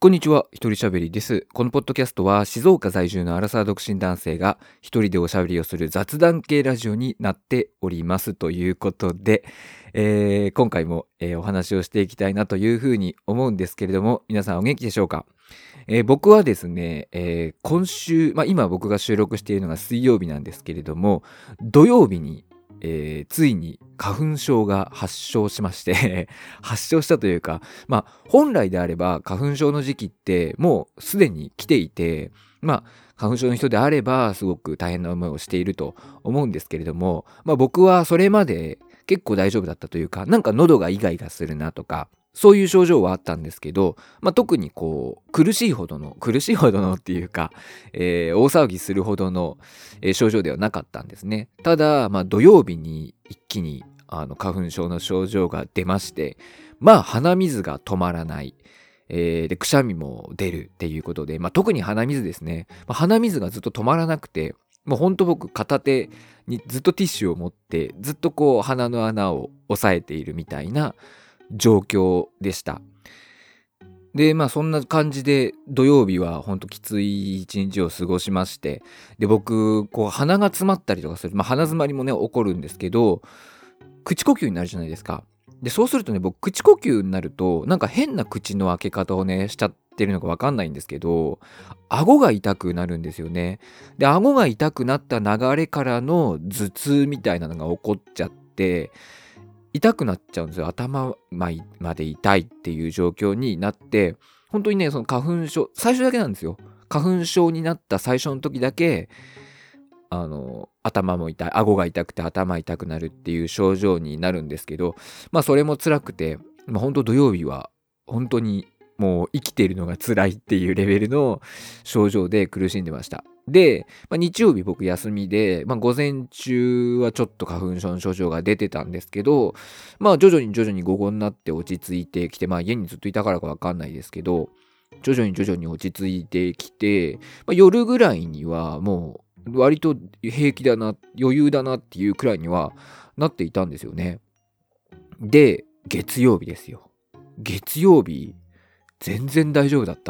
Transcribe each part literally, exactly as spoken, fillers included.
こんにちは、一人喋りです。このポッドキャストは静岡在住のアラサー独身男性が一人でおしゃべりをする雑談系ラジオになっておりますということで、えー今回も、えーお話をしていきたいなというふうに思うんですけれども、皆さんお元気でしょうか？えー僕はですね、えー今週、まあ、今僕が収録しているのが水曜日なんですけれども、土曜日に、えーついに花粉症が発症しまして発症したというか、まあ本来であれば花粉症の時期ってもうすでに来ていて、まあ花粉症の人であればすごく大変な思いをしていると思うんですけれども、まあ僕はそれまで結構大丈夫だったというか、なんか喉がイガイガするなとか、そういう症状はあったんですけど、まあ、特にこう苦しいほどの苦しいほどのっていうか、えー大騒ぎするほどの、えー症状ではなかったんですね。ただ、まあ、土曜日に一気にあの花粉症の症状が出まして、まあ鼻水が止まらない、えーでくしゃみも出るっていうことで、まあ、特に鼻水ですね、まあ、鼻水がずっと止まらなくて、もうほんと僕片手にずっとティッシュを持ってずっとこう鼻の穴を押さえているみたいな状況でした。で、まあそんな感じで土曜日はほんときつい一日を過ごしまして、で僕こう鼻が詰まったりとかする、まあ鼻詰まりもね起こるんですけど、口呼吸になるじゃないですか。でそうするとね、僕口呼吸になるとなんか変な口の開け方をねしちゃってるのかわかんないんですけど、顎が痛くなるんですよね。で顎が痛くなった流れからの頭痛みたいなのが起こっちゃって、痛くなっちゃうんですよ。頭まで痛いっていう状況になって、本当にね、その花粉症、最初だけなんですよ。花粉症になった最初の時だけ、あの、頭も痛い、顎が痛くて頭痛くなるっていう症状になるんですけど、まあそれも辛くて、まあ本当土曜日は本当にもう生きているのが辛いっていうレベルの症状で苦しんでました。で、まあ、日曜日僕休みで、まあ、午前中はちょっと花粉症の症状が出てたんですけど、まあ徐々に徐々に午後になって落ち着いてきて、まあ家にずっといたからかわかんないですけど、徐々に徐々に落ち着いてきて、まあ、夜ぐらいにはもう割と平気だな、余裕だなっていうくらいにはなっていたんですよね。で、月曜日ですよ。月曜日、全然大丈夫だった。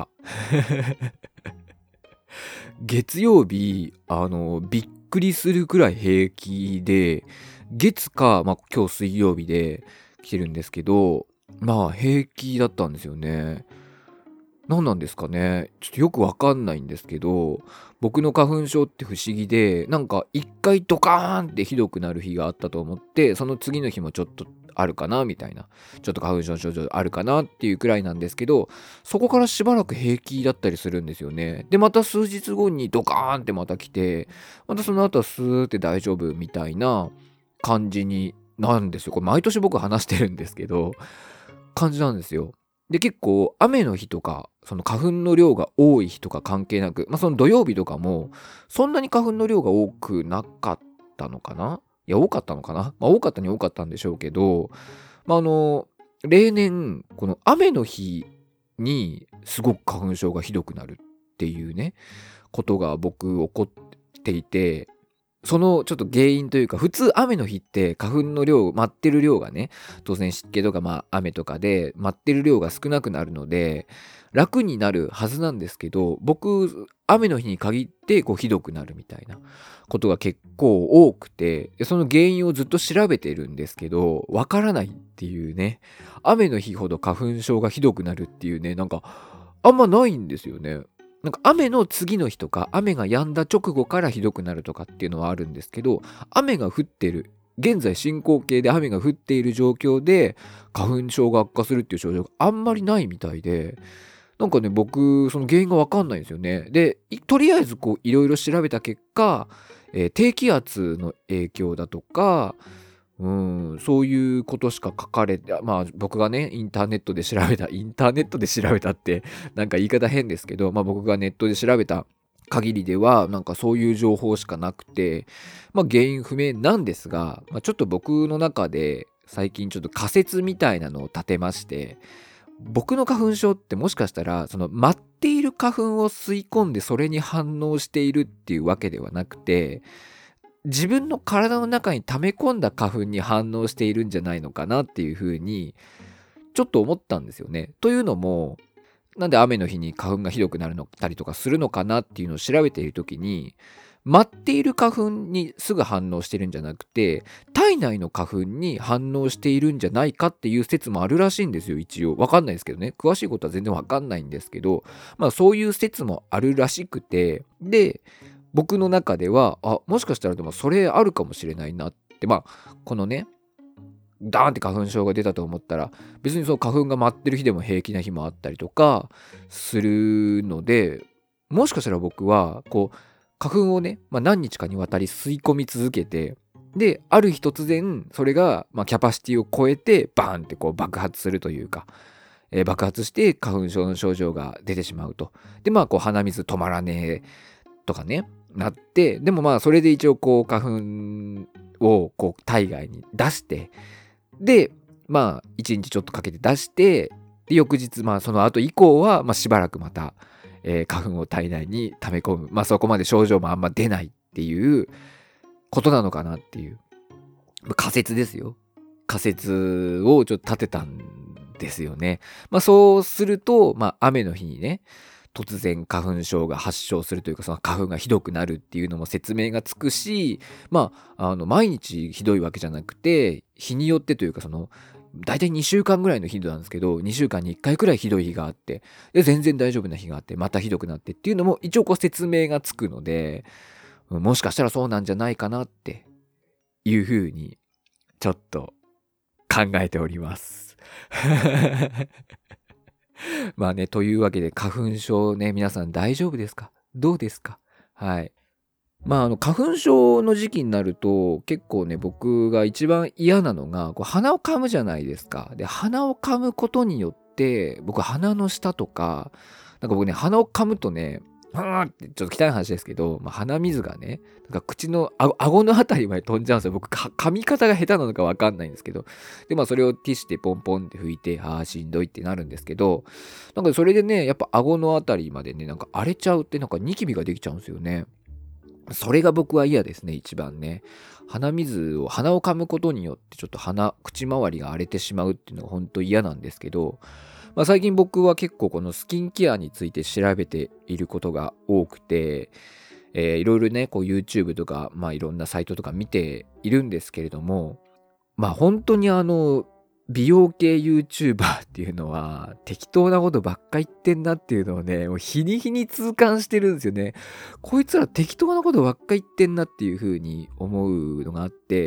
月曜日、あの、びっくりするくらい平気で、月か、まあ今日水曜日で来てるんですけど、まあ平気だったんですよね。何なんですかね。ちょっとよくわかんないんですけど、僕の花粉症って不思議で、なんか一回ドカーンってひどくなる日があったと思って、その次の日もちょっとあるかなみたいな、ちょっと花粉症の症状あるかなっていうくらいなんですけど、そこからしばらく平気だったりするんですよね。で、また数日後にドカーンってまた来て、またその後はスーって大丈夫みたいな感じになるんですよ。これ毎年僕話してるんですけど、感じなんですよ。で、結構雨の日とか、その花粉の量が多い日とか関係なく、まあその土曜日とかも、そんなに花粉の量が多くなかったのかな。いや、多かったのかな。まあ多かったに多かったんでしょうけど、まああの、例年、この雨の日にすごく花粉症がひどくなるっていうね、ことが僕起こっていて、そのちょっと原因というか、普通雨の日って花粉の量、舞ってる量がね、当然湿気とかまあ雨とかで舞ってる量が少なくなるので、楽になるはずなんですけど、僕、雨の日に限ってこうひどくなるみたいなことが結構多くて、でその原因をずっと調べてるんですけど、わからないっていうね、雨の日ほど花粉症がひどくなるっていうね、なんかあんまないんですよね。なんか雨の次の日とか雨が止んだ直後からひどくなるとかっていうのはあるんですけど、雨が降ってる、現在進行形で雨が降っている状況で花粉症が悪化するっていう症状があんまりないみたいで、なんかね、僕その原因がわかんないんですよね。でとりあえずこういろいろ調べた結果、えー低気圧の影響だとか、うん、そういうことしか書かれて、まあ僕がね、インターネットで調べた、インターネットで調べたって、なんか言い方変ですけど、まあ僕がネットで調べた限りでは、なんかそういう情報しかなくて、まあ原因不明なんですが、まあ、ちょっと僕の中で最近ちょっと仮説みたいなのを立てまして、僕の花粉症ってもしかしたら、その舞っている花粉を吸い込んでそれに反応しているっていうわけではなくて、自分の体の中に溜め込んだ花粉に反応しているんじゃないのかなっていうふうにちょっと思ったんですよね。というのも、 なんで雨の日に花粉がひどくなるのたりとかするのかなっていうのを調べているときに、舞っている花粉にすぐ反応してるんじゃなくて、体内の花粉に反応しているんじゃないかっていう説もあるらしいんですよ。一応わかんないですけどね、詳しいことは全然わかんないんですけど、まあそういう説もあるらしくて、で僕の中ではあもしかしたらでもそれあるかもしれないなって、まあこのねダーンって花粉症が出たと思ったら、別にその花粉が舞ってる日でも平気な日もあったりとかするので、もしかしたら僕はこう花粉をね、まあ、何日かにわたり吸い込み続けて、である日突然それがまあキャパシティを超えてバーンってこう爆発するというか、えー爆発して花粉症の症状が出てしまうと。でまあこう鼻水止まらねえとかねなって、でもまあそれで一応こう花粉をこう体外に出して、でまあいちにちちょっとかけて出して、で翌日まあその後以降はまあしばらくまた、えー花粉を体内に溜め込む、まあそこまで症状もあんま出ないっていうことなのかなっていう、仮説ですよ。仮説をちょっと立てたんですよね。まあそうすると、まあ雨の日にね突然花粉症が発症するというか、その花粉がひどくなるっていうのも説明がつくし、まああの毎日ひどいわけじゃなくて、日によってというか、その大体にしゅうかんぐらいの頻度なんですけど、にしゅうかんにいっかいくらいひどい日があって、で全然大丈夫な日があって、またひどくなってっていうのも一応こう説明がつくので、もしかしたらそうなんじゃないかなっていうふうにちょっと考えておりますまあね、というわけで花粉症ね、皆さん大丈夫ですか？どうですか？はい。まあ、あの花粉症の時期になると結構ね、僕が一番嫌なのがこう鼻を噛むじゃないですか。で鼻を噛むことによって僕鼻の下とか、なんか僕ね鼻を噛むとね、ふーんってちょっと汚い話ですけど、まあ、鼻水がねなんか口のあ顎のあたりまで飛んじゃうんですよ。僕か噛み方が下手なのか分かんないんですけど、でまあそれをティッシュでポンポンって拭いて、あーしんどいってなるんですけど、なんかそれでねやっぱ顎のあたりまでねなんか荒れちゃうって、なんかニキビができちゃうんですよね。それが僕は嫌ですね、一番ね。鼻水を、鼻を噛むことによってちょっと鼻、口周りが荒れてしまうっていうのが本当嫌なんですけど、まあ、最近僕は結構このスキンケアについて調べていることが多くて、えーいろいろね、こう YouTube とか、まあいろんなサイトとか見ているんですけれども、まあ本当にあの、美容系 YouTuber っていうのは適当なことばっか言ってんなっていうのをね、もう日に日に痛感してるんですよね。こいつら適当なことばっか言ってんなっていう風に思うのがあって、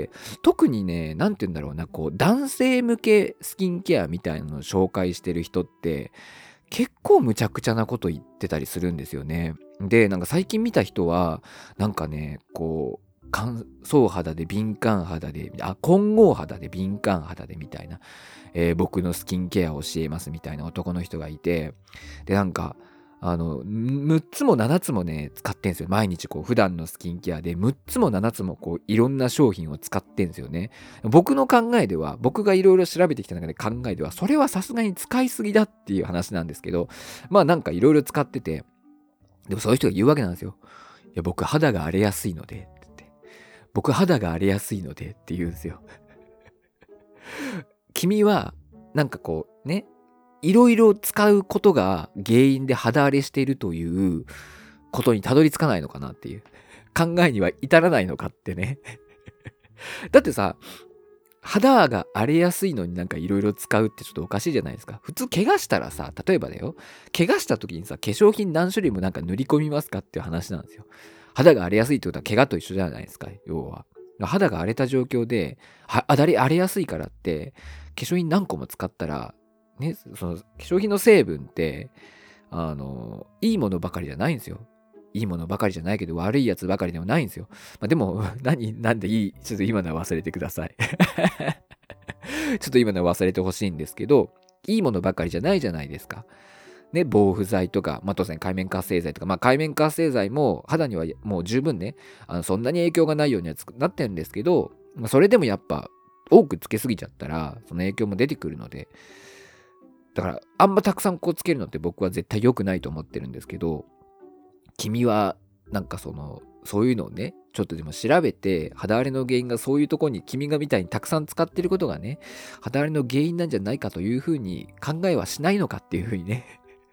特にね、なんて言うんだろうな、こう男性向けスキンケアみたいなのを紹介してる人って結構むちゃくちゃなこと言ってたりするんですよね。で、なんか最近見た人は、なんかね、こう、乾燥肌で敏感肌で、あ、混合肌で敏感肌でみたいな、えー僕のスキンケアを教えますみたいな男の人がいて、で、なんか、あの、むっつもななつもね、使ってんすよ。毎日こう、普段のスキンケアでむっつもななつもこう、いろんな商品を使ってんすよね。僕の考えでは、僕がいろいろ調べてきた中で考えでは、それはさすがに使いすぎだっていう話なんですけど、まあなんかいろいろ使ってて、でもそういう人が言うわけなんですよ。いや、僕肌が荒れやすいので、って言って。僕肌が荒れやすいのでって言うんですよ。君は、なんかこうね、いろいろ使うことが原因で肌荒れしているということにたどり着かないのかなっていう。考えには至らないのかってね。だってさ、肌が荒れやすいのになんかいろいろ使うってちょっとおかしいじゃないですか。普通怪我したらさ、例えばだよ、怪我した時にさ、化粧品何種類もなんか塗り込みますかっていう話なんですよ。肌が荒れやすいってことは怪我と一緒じゃないですか、要は。肌が荒れた状況で、は荒れ荒れやすいからって、化粧品何個も使ったら、ね、その化粧品の成分って、あの、いいものばかりじゃないんですよ。いいものばかりじゃないけど悪いやつばかりでもないんですよ。まあ、でも何なんでいいちょっと今のは忘れてくださいちょっと今のは忘れてほしいんですけど、いいものばかりじゃないじゃないですか。ね、防腐剤とか、まあ、当然界面活性剤とか、まあ、界面活性剤も肌にはもう十分ね、あのそんなに影響がないようにはなってるんですけど、まあ、それでもやっぱ多くつけすぎちゃったらその影響も出てくるので、だからあんまたくさんこうつけるのって僕は絶対良くないと思ってるんですけど、君はなんかそのそういうのをねちょっとでも調べて、肌荒れの原因がそういうところに君がみたいにたくさん使ってることがね肌荒れの原因なんじゃないかというふうに考えはしないのかっていうふうにね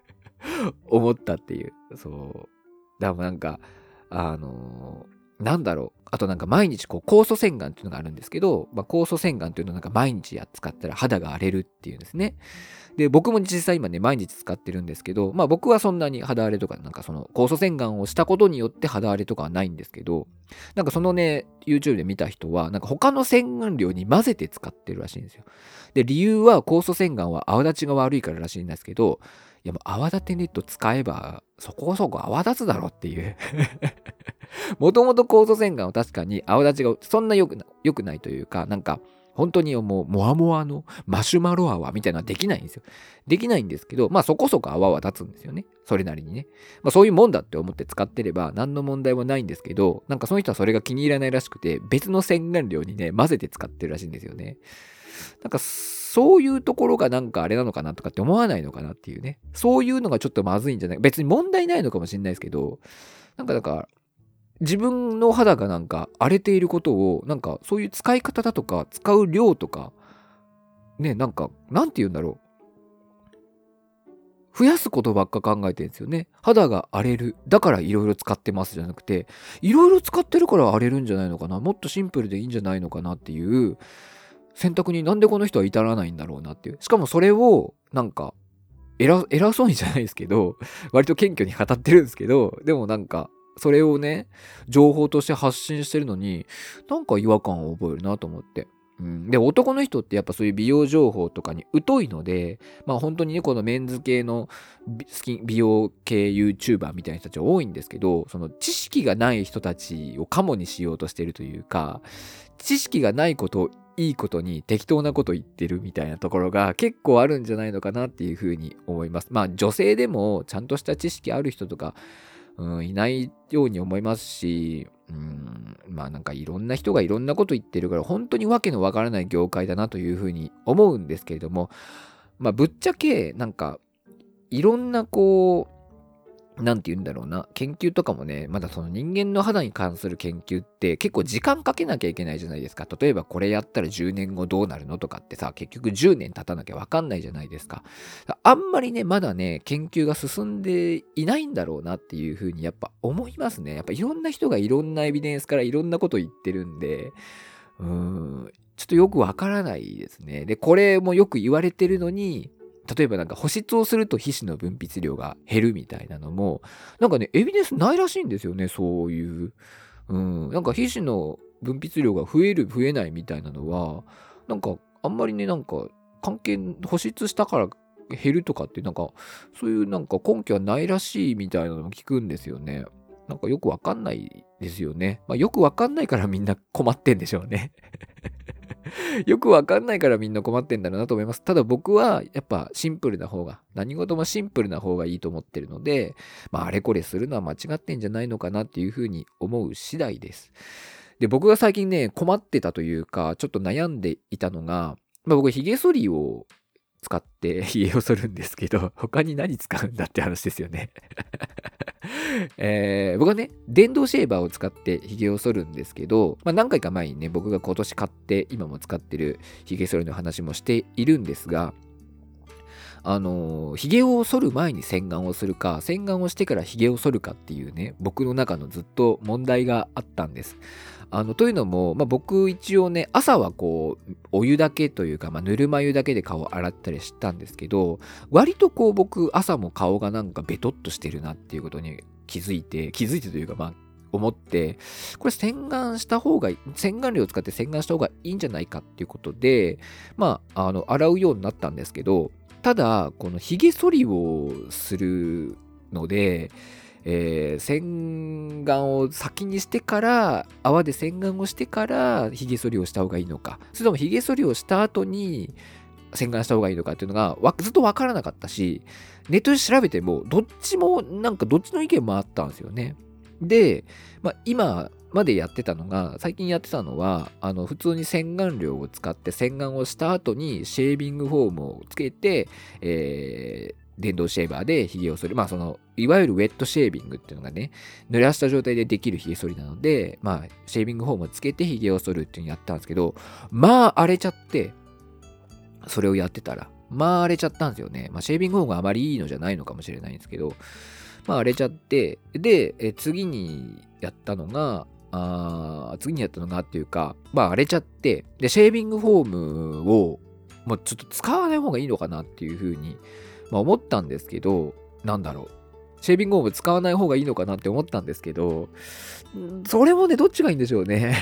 思ったっていう。そう。だからなんか、あのーなんだろう。あとなんか毎日こう酵素洗顔っていうのがあるんですけど、まあ、酵素洗顔っていうのはなんか毎日や使ったら肌が荒れるっていうんですね。で、僕も実際今ね、毎日使ってるんですけど、まあ僕はそんなに肌荒れとか、なんかその酵素洗顔をしたことによって肌荒れとかはないんですけど、なんかそのね、YouTube で見た人は、なんか他の洗顔料に混ぜて使ってるらしいんですよ。で、理由は酵素洗顔は泡立ちが悪いかららしいんですけど、いやもう泡立てネット使えば、そこそこ泡立つだろっていう。もともと酵素洗顔は確かに泡立ちがそんな良くな、良くないというか、なんか、本当にもう、モワモワのマシュマロ泡みたいなのはできないんですよ。できないんですけど、まあそこそこ泡は立つんですよね。それなりにね。まあそういうもんだって思って使ってれば何の問題もないんですけど、なんかその人はそれが気に入らないらしくて、別の洗顔料にね、混ぜて使ってるらしいんですよね。なんかそういうところがなんかあれなのかなとかって思わないのかなっていうね。そういうのがちょっとまずいんじゃない、別に問題ないのかもしれないですけど、なんかだから、自分の肌がなんか荒れていることを、なんかそういう使い方だとか、使う量とか、ね、なんか、なんて言うんだろう。増やすことばっか考えてるんですよね。肌が荒れる。だからいろいろ使ってますじゃなくて、いろいろ使ってるから荒れるんじゃないのかな。もっとシンプルでいいんじゃないのかなっていう選択になんでこの人は至らないんだろうなっていう。しかもそれを、なんか、偉、偉そうにじゃないですけど、割と謙虚に語ってるんですけど、でもなんか、それをね、情報として発信してるのに、なんか違和感を覚えるなと思って。うん、で、男の人ってやっぱそういう美容情報とかに疎いので、まあ本当にね、このメンズ系の美スキン美容系 YouTuber みたいな人たち多いんですけど、その知識がない人たちをカモにしようとしてるというか、知識がないことをいいことに適当なこと言ってるみたいなところが結構あるんじゃないのかなっていうふうに思います。まあ女性でもちゃんとした知識ある人とか、うん、いないように思いますし、うん、まあなんかいろんな人がいろんなこと言ってるから本当にわけのわからない業界だなというふうに思うんですけれども、まあぶっちゃけなんかいろんなこう、なんて言うんだろうな、研究とかもね、まだその人間の肌に関する研究って結構時間かけなきゃいけないじゃないですか。例えばこれやったらじゅうねんごどうなるのとかってさ、結局じゅうねん経たなきゃわかんないじゃないですか。あんまりね、まだね、研究が進んでいないんだろうなっていうふうにやっぱ思いますね。やっぱいろんな人がいろんなエビデンスからいろんなこと言ってるんで、うーん、ちょっとよくわからないですね。で、これもよく言われてるのに、例えばなんか保湿をすると皮脂の分泌量が減るみたいなのも、なんかね、エビデンスないらしいんですよね、そういう。うん、なんか皮脂の分泌量が増える、増えないみたいなのは、なんかあんまりね、なんか関係、保湿したから減るとかって、なんかそういうなんか根拠はないらしいみたいなのも聞くんですよね。なんかよくわかんないですよね。まあよくわかんないからみんな困ってんでしょうね。よくわかんないからみんな困ってんだろうなと思います。ただ僕はやっぱシンプルな方が、何事もシンプルな方がいいと思ってるので、まああれこれするのは間違ってんじゃないのかなっていうふうに思う次第です。で、僕が最近ね、困ってたというか、ちょっと悩んでいたのが、まあ僕、髭剃りを使って髭を剃るんですけど、他に何使うんだって話ですよね。えー、僕はね、電動シェーバーを使って髭を剃るんですけど、まあ、何回か前にね、僕が今年買って今も使ってる髭剃りの話もしているんですが、あのー、髭を剃る前に洗顔をするか、洗顔をしてから髭を剃るかっていうね、僕の中のずっと問題があったんです。あの、というのも、まあ、僕一応ね、朝はこう、お湯だけというか、まあ、ぬるま湯だけで顔を洗ったりしたんですけど、割とこう僕、朝も顔がなんかベトっとしてるなっていうことに気づいて、気づいてというか、まあ、思って、これ洗顔した方がいい、洗顔料を使って洗顔した方がいいんじゃないかっていうことで、まあ、あの、洗うようになったんですけど、ただ、この髭剃りをするので、えー、洗顔を先にしてから、泡で洗顔をしてから、髭剃りをした方がいいのか、それとも髭剃りをした後に洗顔した方がいいのかっていうのがわずっとわからなかったし、ネットで調べても、どっちも、なんかどっちの意見もあったんですよね。で、まあ、今までやってたのが、最近やってたのは、あの、普通に洗顔料を使って洗顔をした後にシェービングフォームをつけて、えー、電動シェーバーで髭を剃る。まあ、その、いわゆるウェットシェービングっていうのがね、濡らした状態でできる髭剃りなので、まあ、シェービングフォームをつけて髭を剃るっていうのをやったんですけど、まあ、荒れちゃって、それをやってたら、 まあ荒れちゃったんですよね。まあシェービングフォームがあまりいいのじゃないのかもしれないんですけど、まあ荒れちゃって、で、え次にやったのが、あ次にやったのがっていうか、まあ荒れちゃって、で、シェービングフォームをもうちょっと使わない方がいいのかなっていうふうに、まあ、思ったんですけど、なんだろう。シェービングフォーム使わない方がいいのかなって思ったんですけど、それもね、どっちがいいんでしょうね。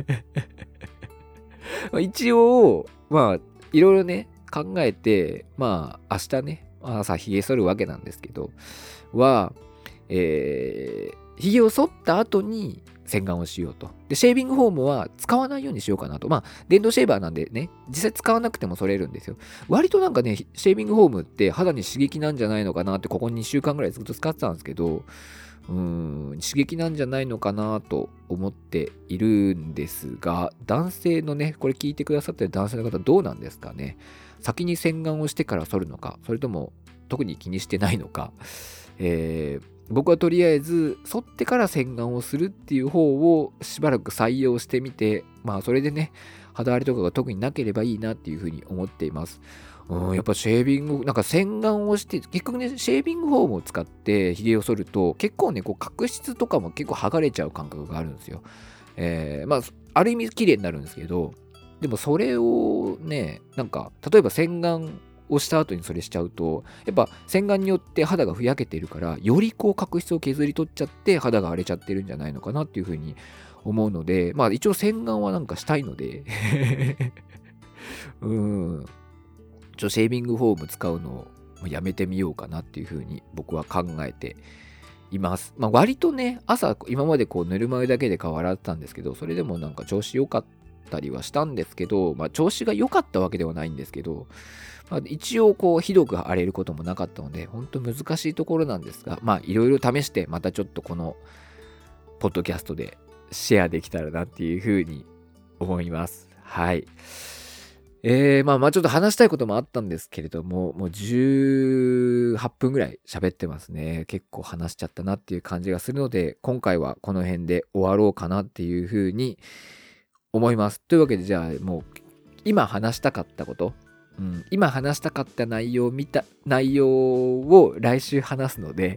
一応、まあ、いろいろね、考えて、まあ、明日ね、朝髭剃るわけなんですけど、は、えー、髭を剃った後に洗顔をしようと。で、シェービングフォームは使わないようにしようかなと。まあ、電動シェーバーなんでね、実際使わなくても剃れるんですよ。割となんかね、シェービングフォームって肌に刺激なんじゃないのかなって、ここにしゅうかんぐらいずっと使ってたんですけど、うーん、刺激なんじゃないのかなと思っているんですが、男性のね、これ聞いてくださってる男性の方どうなんですかね。先に洗顔をしてから剃るのか、それとも特に気にしてないのか。えー僕はとりあえず剃ってから洗顔をするっていう方をしばらく採用してみて、まあそれでね、肌荒れとかが特になければいいなっていうふうに思っています。うん、やっぱシェービング、なんか洗顔をして、結局ね、シェービングフォームを使って髭を剃ると、結構ね、こう角質とかも結構剥がれちゃう感覚があるんですよ。えー、まあ、ある意味綺麗になるんですけど、でもそれをね、なんか、例えば洗顔をした後にそれしちゃうと、やっぱ洗顔によって肌がふやけてるから、よりこう角質を削り取っちゃって肌が荒れちゃってるんじゃないのかなっていうふうに思うので、まあ一応洗顔はなんかしたいのでうーん、ちょシェービングフォーム使うのをやめてみようかなっていうふうに僕は考えています。まあ割とね、朝今までこうぬるま湯だけで顔洗ってたんですけど、それでもなんか調子良かったりはしたんですけど、まあ調子が良かったわけではないんですけど、まあ、一応こうひどく荒れることもなかったので本当難しいところなんですが、まあいろいろ試してまたちょっとこのポッドキャストでシェアできたらなっていうふうに思います。はい。えー、まあまあちょっと話したいこともあったんですけれども、もうじゅうはっぷんぐらい喋ってますね。結構話しちゃったなっていう感じがするので、今回はこの辺で終わろうかなっていうふうに思います。というわけでじゃあもう今話したかったことうん、今話したかった内容を見た内容を来週話すので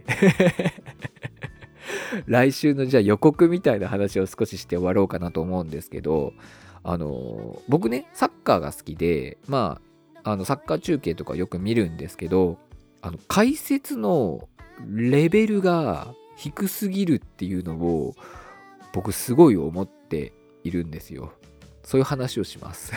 来週のじゃあ予告みたいな話を少しして終わろうかなと思うんですけど、あの僕ねサッカーが好きで、まああのサッカー中継とかよく見るんですけど、あの解説のレベルが低すぎるっていうのを僕すごい思っているんですよ。そういう話をします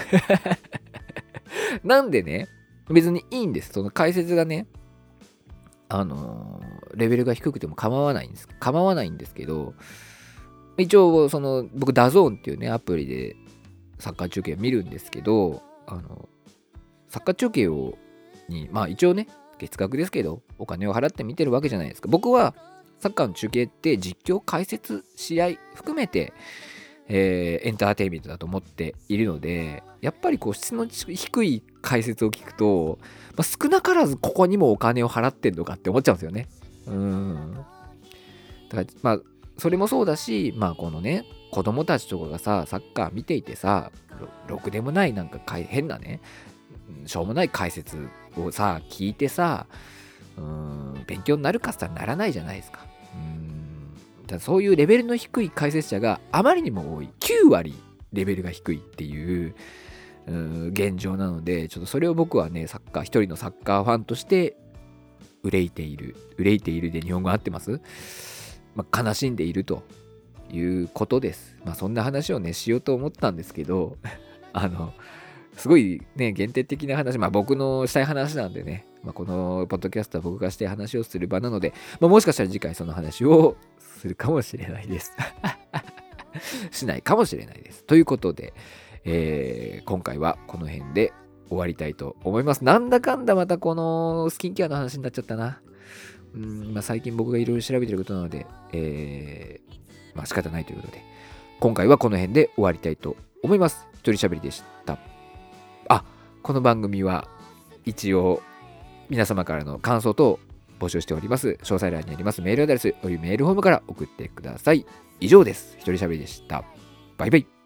なんでね、別にいいんです。その解説がね、あのー、レベルが低くても構わないんです。構わないんですけど、一応、その、僕、ダゾーンっていうね、アプリでサッカー中継を見るんですけど、あの、サッカー中継を、に、まあ一応ね、月額ですけど、お金を払って見てるわけじゃないですか。僕は、サッカーの中継って実況、解説、試合含めて、えー、エンターテインメントだと思っているので、やっぱりこう質の低い解説を聞くと、まあ、少なからずここにもお金を払ってんのかって思っちゃうんですよね。うーん。だからまあそれもそうだし、まあこのね子供たちとかがさサッカー見ていてさ、ろろくでもないなんか変なねしょうもない解説をさ聞いてさ、うーん勉強になるかさならないじゃないですか。うーんだそういうレベルの低い解説者があまりにも多い。きゅうわりレベルが低いっていうう現状なので、ちょっとそれを僕はね、サッカー、一人のサッカーファンとして憂いている。憂いているで日本語合ってます？まあ、悲しんでいるということです。まあそんな話をね、しようと思ったんですけど、あの、すごいね、限定的な話、まあ僕のしたい話なんでね、まあ、このポッドキャストは僕がしたい話をする場なので、まあ、もしかしたら次回その話をするかもしれないです。しないかもしれないです。ということで、えー、今回はこの辺で終わりたいと思います。なんだかんだまたこのスキンケアの話になっちゃったな。うん、まあ、最近僕がいろいろ調べてることなので、えー、まあ仕方ないということで、今回はこの辺で終わりたいと思います。一人喋りでした。あ、この番組は一応皆様からの感想等募集しております。詳細欄にありますメールアドレスおよびメールフォームから送ってください。以上です。一人喋りでした。バイバイ。